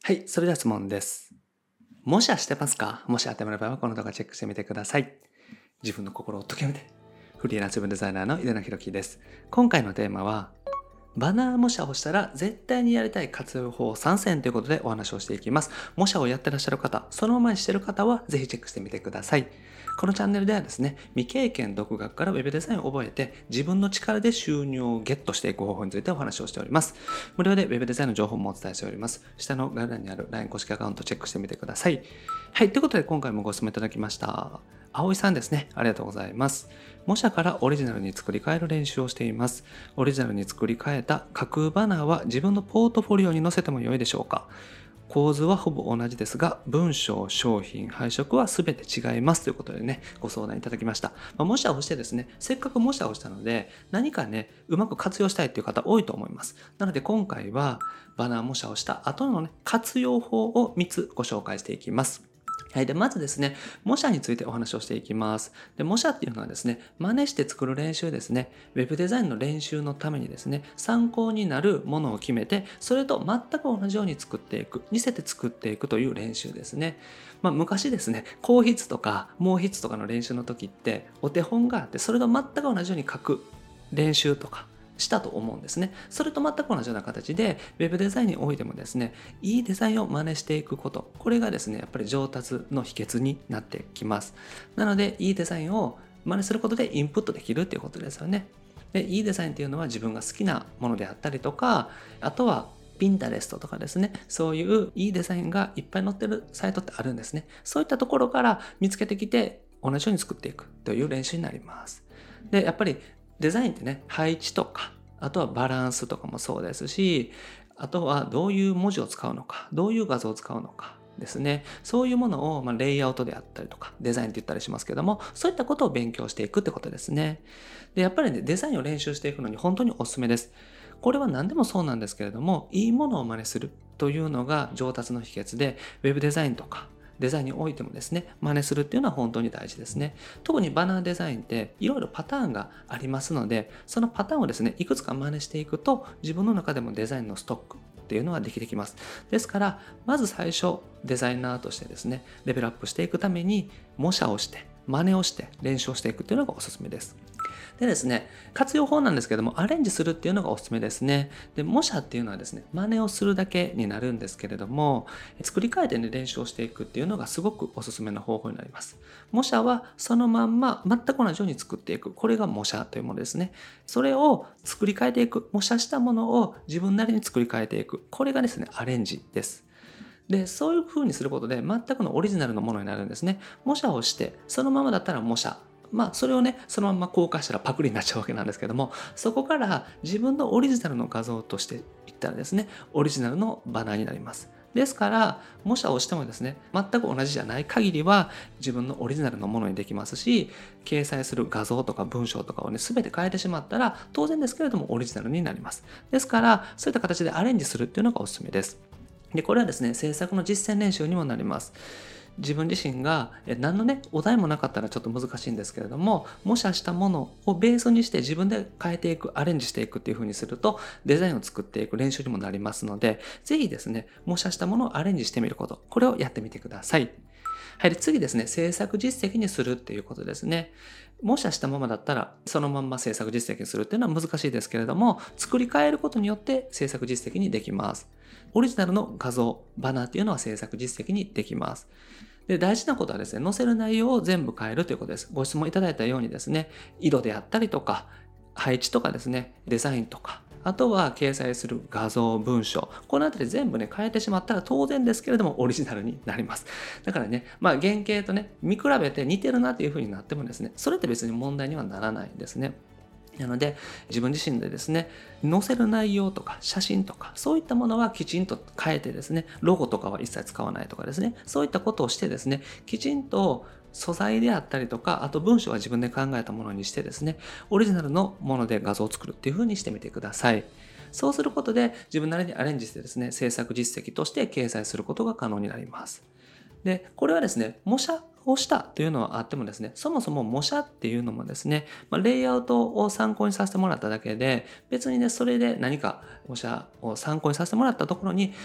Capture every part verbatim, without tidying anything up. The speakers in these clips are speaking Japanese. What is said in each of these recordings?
はい、それでは質問です。模写してますか？もし当てはまる場合はこの動画チェックしてみてください。自分の心を解きめて、フリーランスウェブデザイナーの井出野博樹です。今回のテーマは、バナー模写をしたら絶対にやりたい活用法さんせんということでお話をしていきます。模写をやってらっしゃる方、そのままにしてる方はぜひチェックしてみてください。このチャンネルではですね、未経験独学からウェブデザインを覚えて自分の力で収入をゲットしていく方法についてお話をしております。無料でウェブデザインの情報もお伝えしております。下の概要欄にある ライン 公式アカウントチェックしてみてください。はい、ということで今回もご質問いただきました。葵さんですね。ありがとうございます。模写からオリジナルに作り変える練習をしています。オリジナルに作り変えた架空バナーは自分のポートフォリオに載せても良いでしょうか？構図はほぼ同じですが、文章、商品、配色は全て違いますということでね、ご相談いただきました。まあ、模写をしてですね、せっかく模写をしたので、何かね、うまく活用したいという方多いと思います。なので今回は、バナー模写をした後のね、活用法をみっつご紹介していきます。はい。で、まずですね、模写についてお話をしていきます。で、模写っていうのはですね、真似して作る練習ですね。ウェブデザインの練習のためにですね、参考になるものを決めて、それと全く同じように作っていく、似せて作っていくという練習ですね。まあ、昔ですね、後筆とか毛筆とかの練習の時って、お手本があって、それと全く同じように書く練習とか、したと思うんですね。それと全く同じような形で、ウェブデザインにおいてもですね、いいデザインを真似していくこと、これがですね、やっぱり上達の秘訣になってきます。なので、いいデザインを真似することでインプットできるっていうことですよね。で、いいデザインっていうのは自分が好きなものであったりとか、あとはピンタレストとかですね、そういういいデザインがいっぱい載ってるサイトってあるんですね。そういったところから見つけてきて、同じように作っていくという練習になります。で、やっぱりデザインってね、配置とか、あとはバランスとかもそうですし、あとはどういう文字を使うのか、どういう画像を使うのかですね。そういうものを、まあ、レイアウトであったりとか、デザインって言ったりしますけども、そういったことを勉強していくってことですね。で、やっぱりね、デザインを練習していくのに本当におすすめです。これは何でもそうなんですけれども、いいものを真似するというのが上達の秘訣で、ウェブデザインとか、デザインにおいてもですね、真似するっていうのは本当に大事ですね。特にバナーデザインっていろいろパターンがありますので、そのパターンをですね、いくつか真似していくと、自分の中でもデザインのストックっていうのはできてきます。ですから、まず最初、デザイナーとしてですね、レベルアップしていくために、模写をして、真似をして、練習をしていくっていうのがおすすめです。でですね、活用法なんですけども、アレンジするっていうのがおすすめですね。で、模写っていうのはですね、真似をするだけになるんですけれども、作り変えてね、練習をしていくっていうのがすごくおすすめの方法になります。模写はそのまんま全く同じように作っていく。これが模写というものですね。それを作り変えていく。模写したものを自分なりに作り変えていく。これがですね、アレンジです。で、そういう風にすることで全くのオリジナルのものになるんですね。模写をして、そのままだったら模写。まあ、それをね、そのまま公開したらパクリになっちゃうわけなんですけども、そこから自分のオリジナルの画像としていったらですね、オリジナルのバナーになります。ですから、模写をしてもですね、全く同じじゃない限りは自分のオリジナルのものにできますし、掲載する画像とか文章とかをね、全て変えてしまったら、当然ですけれどもオリジナルになります。ですから、そういった形でアレンジするっていうのがおすすめです。で、これはですね、制作の実践練習にもなります。自分自身が何のねお題もなかったらちょっと難しいんですけれども、模写したものをベースにして自分で変えていく、アレンジしていくっていう風にするとデザインを作っていく練習にもなりますので、ぜひですね、模写したものをアレンジしてみること、これをやってみてください。はい、で次ですね、制作実績にするっていうことですね。模写したままだったらそのまんま制作実績にするっていうのは難しいですけれども、作り変えることによって制作実績にできます。オリジナルの画像、バナーっていうのは制作実績にできます。で、大事なことはですね、載せる内容を全部変えるということです。ご質問いただいたようにですね、色であったりとか、配置とかですね、デザインとか、あとは掲載する画像、文章、このあたり全部ね、変えてしまったら当然ですけれどもオリジナルになります。だからね、まあ原型とね、見比べて似てるなっていう風になってもですね、それって別に問題にはならないんですね。なので、自分自身でですね、載せる内容とか写真とか、そういったものはきちんと変えてですね、ロゴとかは一切使わないとかですね、そういったことをしてですね、きちんと素材であったりとか、あと文章は自分で考えたものにしてですね、オリジナルのもので画像を作るっていう風にしてみてください。そうすることで、自分なりにアレンジしてですね、制作実績として掲載することが可能になります。で、これはですね、模写をしたというのはあってもですね、そもそも模写っていうのもですね、まあ、レイアウトを参考にさせてもらっただけで、別にね、それで何か模写を参考にさせてもらったところに、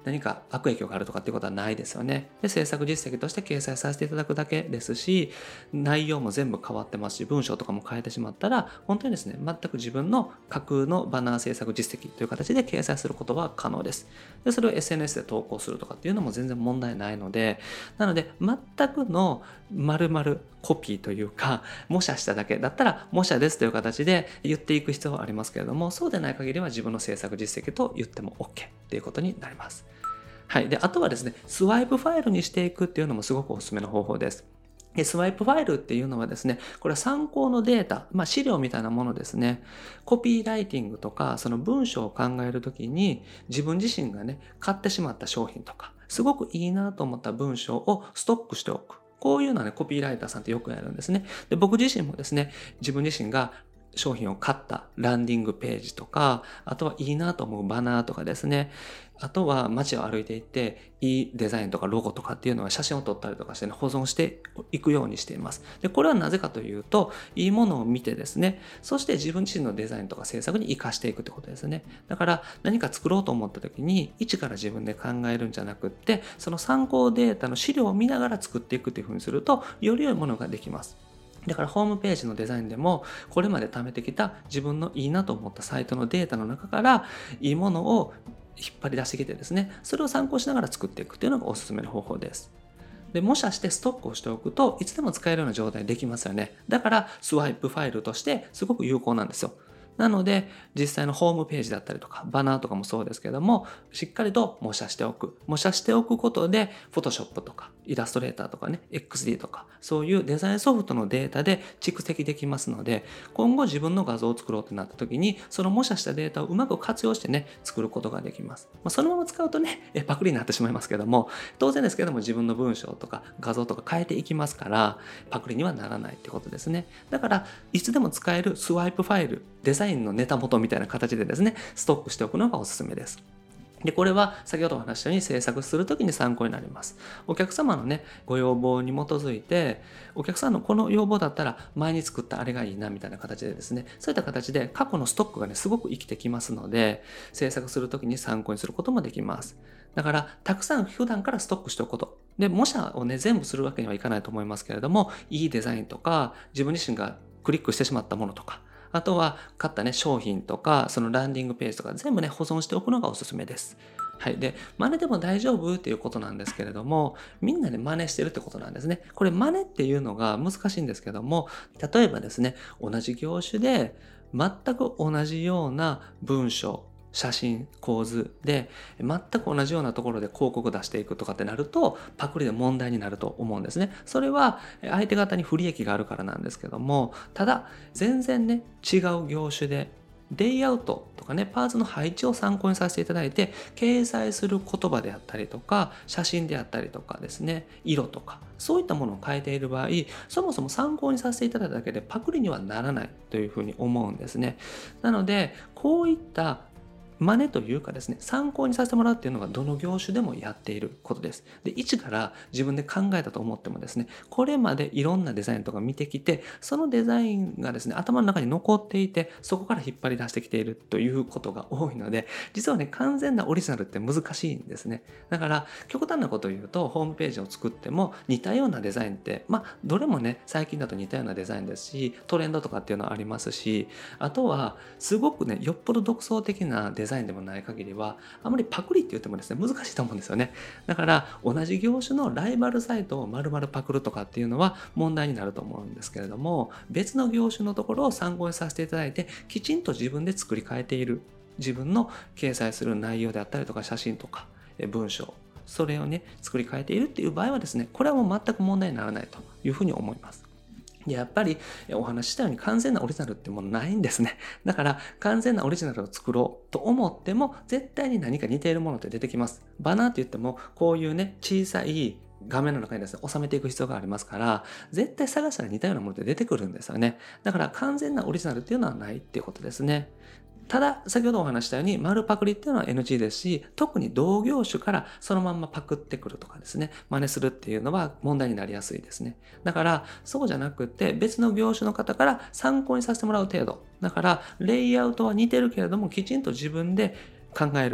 何か悪影響があるとかっていうことはないですよね。で、制作実績として掲載させていただくだけですし、内容も全部変わってますし、文章とかも変えてしまったら、本当にですね、全く自分の架空のバナー制作実績という形で掲載することは可能です。で、それを エスエヌエス で投稿するとかっていうのも全然問題ないので、なので、全くの丸々コピーというか、模写しただけだったら、模写ですという形で言っていく必要はありますけれども、そうでない限りは自分の制作実績と言っても OK っていうことになります。はい。で、あとはですね、スワイプファイルにしていくっていうのもすごくおすすめの方法です。でスワイプファイルっていうのはですね、これは参考のデータ、まあ資料みたいなものですね。コピーライティングとか、その文章を考えるときに、自分自身がね、買ってしまった商品とか、すごくいいなと思った文章をストックしておく。こういうのはね、コピーライターさんってよくやるんですね。で、僕自身もですね、自分自身が商品を買ったランディングページとか、あとはいいなと思うバナーとかですね、あとは街を歩いていっていいデザインとかロゴとかっていうのは写真を撮ったりとかして、ね、保存していくようにしています。で、これはなぜかというと、いいものを見てですね、そして自分自身のデザインとか制作に活かしていくってことですね。だから何か作ろうと思った時に一から自分で考えるんじゃなくって、その参考データの資料を見ながら作っていくっていうふうにすると、より良いものができます。だからホームページのデザインでもこれまで貯めてきた自分のいいなと思ったサイトのデータの中からいいものを引っ張り出してきてですね、それを参考しながら作っていくというのがおすすめの方法です。で、模写してストックをしておくといつでも使えるような状態できますよね。だからスワイプファイルとしてすごく有効なんですよ。なので実際のホームページだったりとかバナーとかもそうですけども、しっかりと模写しておく。模写しておくことで Photoshop とかイラストレーターとかね、エックスディー とかそういうデザインソフトのデータで蓄積できますので、今後自分の画像を作ろうってなった時にその模写したデータをうまく活用してね、作ることができます。まあ、そのまま使うとね、パクリになってしまいますけども、当然ですけども自分の文章とか画像とか変えていきますから、パクリにはならないってことですね。だからいつでも使えるスワイプファイル、デザインのネタ元みたいな形でですね、ストックしておくのがおすすめです。で、これは先ほどお話したように制作するときに参考になります。お客様のね、ご要望に基づいて、お客さんのこの要望だったら前に作ったあれがいいなみたいな形でですね、そういった形で過去のストックがね、すごく生きてきますので、制作するときに参考にすることもできます。だから、たくさん普段からストックしておくこと。で、模写をね、全部するわけにはいかないと思いますけれども、いいデザインとか、自分自身がクリックしてしまったものとか、あとは買ったね、商品とか、そのランディングページとか全部ね、保存しておくのがおすすめです。はい。で、真似でも大丈夫っていうことなんですけれども、みんなで真似してるってことなんですね。これ真似っていうのが難しいんですけども、例えばですね、同じ業種で全く同じような文章、写真、構図で全く同じようなところで広告出していくとかってなるとパクリで問題になると思うんですね。それは相手方に不利益があるからなんですけども、ただ全然ね違う業種でレイアウトとかね、パーツの配置を参考にさせていただいて、掲載する言葉であったりとか、写真であったりとかですね、色とか、そういったものを変えている場合、そもそも参考にさせていただいただけでパクリにはならないというふうに思うんですね。なので、こういった真似というかですね、参考にさせてもらうっていうのがどの業種でもやっていることです。で、一から自分で考えたと思ってもですね、これまでいろんなデザインとか見てきて、そのデザインがですね、頭の中に残っていて、そこから引っ張り出してきているということが多いので、実はね、完全なオリジナルって難しいんですね。だから、極端なことを言うと、ホームページを作っても似たようなデザインって、まあ、どれもね、最近だと似たようなデザインですし、トレンドとかっていうのはありますし、あとは、すごくね、よっぽど独創的なデザインデザインでもない限りはあまりパクリって言ってもですね難しいと思うんですよね。だから同じ業種のライバルサイトを丸々パクるとかっていうのは問題になると思うんですけれども、別の業種のところを参考にさせていただいてきちんと自分で作り変えている、自分の掲載する内容であったりとか写真とか文章、それをね作り変えているっていう場合はですね、これはもう全く問題にならないというふうに思います。やっぱりお話ししたように完全なオリジナルってものないんですね。だから完全なオリジナルを作ろうと思っても絶対に何か似ているものって出てきます。バナーって言ってもこういうね小さい画面の中にですね収めていく必要がありますから、絶対探したら似たようなものって出てくるんですよね。だから完全なオリジナルっていうのはないっていうことですね。ただ先ほどお話したように丸パクリっていうのは エヌジー ですし、特に同業種からそのまんまパクってくるとかですね、真似するっていうのは問題になりやすいですね。だからそうじゃなくって別の業種の方から参考にさせてもらう程度、だからレイアウトは似てるけれどもきちんと自分で考える、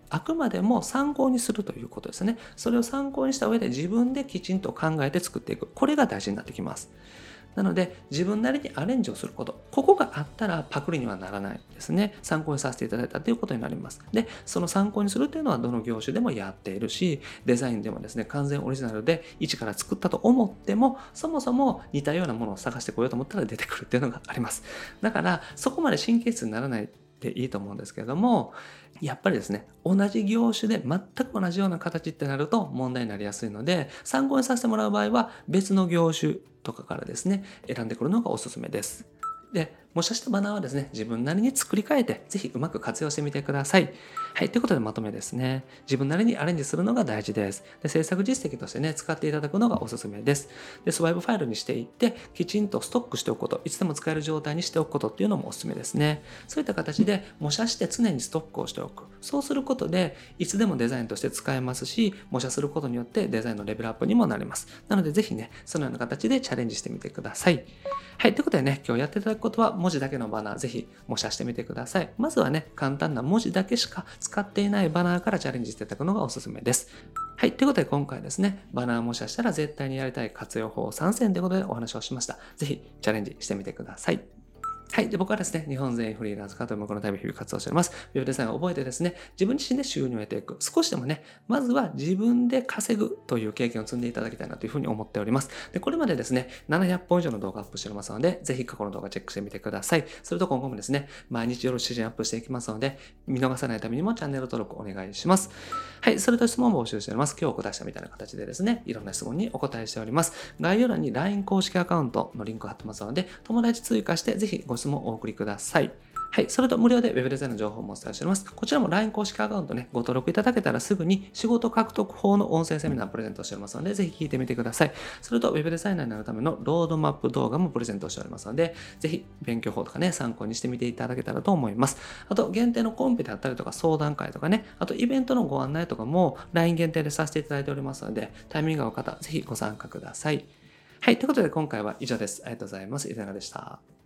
あくまでも参考にするということですね。それを参考にした上で自分できちんと考えて作っていく。これが大事になってきます。なので自分なりにアレンジをすること、ここがあったらパクリにはならないですね。参考にさせていただいたということになります。で、その参考にするというのはどの業種でもやっているし、デザインでもですね、完全オリジナルで一から作ったと思っても、そもそも似たようなものを探してこようと思ったら出てくるっていうのがあります。だからそこまで神経質にならないでいいと思うんですけれども、やっぱりですね、同じ業種で全く同じような形ってなると問題になりやすいので、参考にさせてもらう場合は別の業種とかからですね、選んでくるのがおすすめです。で、模写したバナーはですね、自分なりに作り変えて、ぜひうまく活用してみてください。はい、ということでまとめですね。自分なりにアレンジするのが大事です。で、制作実績としてね、使っていただくのがおすすめです。で、スワイプファイルにしていって、きちんとストックしておくこと、いつでも使える状態にしておくことっていうのもおすすめですね。そういった形で模写して常にストックをしておく。そうすることで、いつでもデザインとして使えますし、模写することによってデザインのレベルアップにもなります。なので、ぜひね、そのような形でチャレンジしてみてください。はい、ということでね、今日やっていただくことは文字だけのバナー、ぜひ模写してみてください。まずはね、簡単な文字だけしか使っていないバナーからチャレンジしていただくのがおすすめです。はい、ということで今回ですね、バナー模写したら絶対にやりたい活用法さんせんということでお話をしました。ぜひチャレンジしてみてください。はい。で、僕はですね、日本全員フリーランス化という目のため日々活動しております。ウェブデザインを覚えてですね、自分自身で収入を得ていく。少しでもね、まずは自分で稼ぐという経験を積んでいただきたいなというふうに思っております。で、これまでですね、ななひゃっぽん以上の動画アップしておりますので、ぜひ過去の動画チェックしてみてください。それと今後もですね、毎日夜しちじにアップしていきますので、見逃さないためにもチャンネル登録お願いします。はい。それと質問も募集しております。今日お答えしたみたいな形でですね、いろんな質問にお答えしております。概要欄に ライン 公式アカウントのリンクを貼ってますので、友達追加してぜひご質問をお送りください。はい。それと無料で Web デザインの情報もお伝えしております。こちらも ライン 公式アカウントね、ご登録いただけたらすぐに仕事獲得法の音声セミナープレゼントしておりますので、ぜひ聞いてみてください。それと Web デザイナーになるためのロードマップ動画もプレゼントしておりますので、ぜひ勉強法とかね、参考にしてみていただけたらと思います。あと、限定のコンペであったりとか相談会とかね、あとイベントのご案内とかも ライン 限定でさせていただいておりますので、タイミングが合う方、ぜひご参加ください。はい。ということで今回は以上です。ありがとうございます。いかがでした？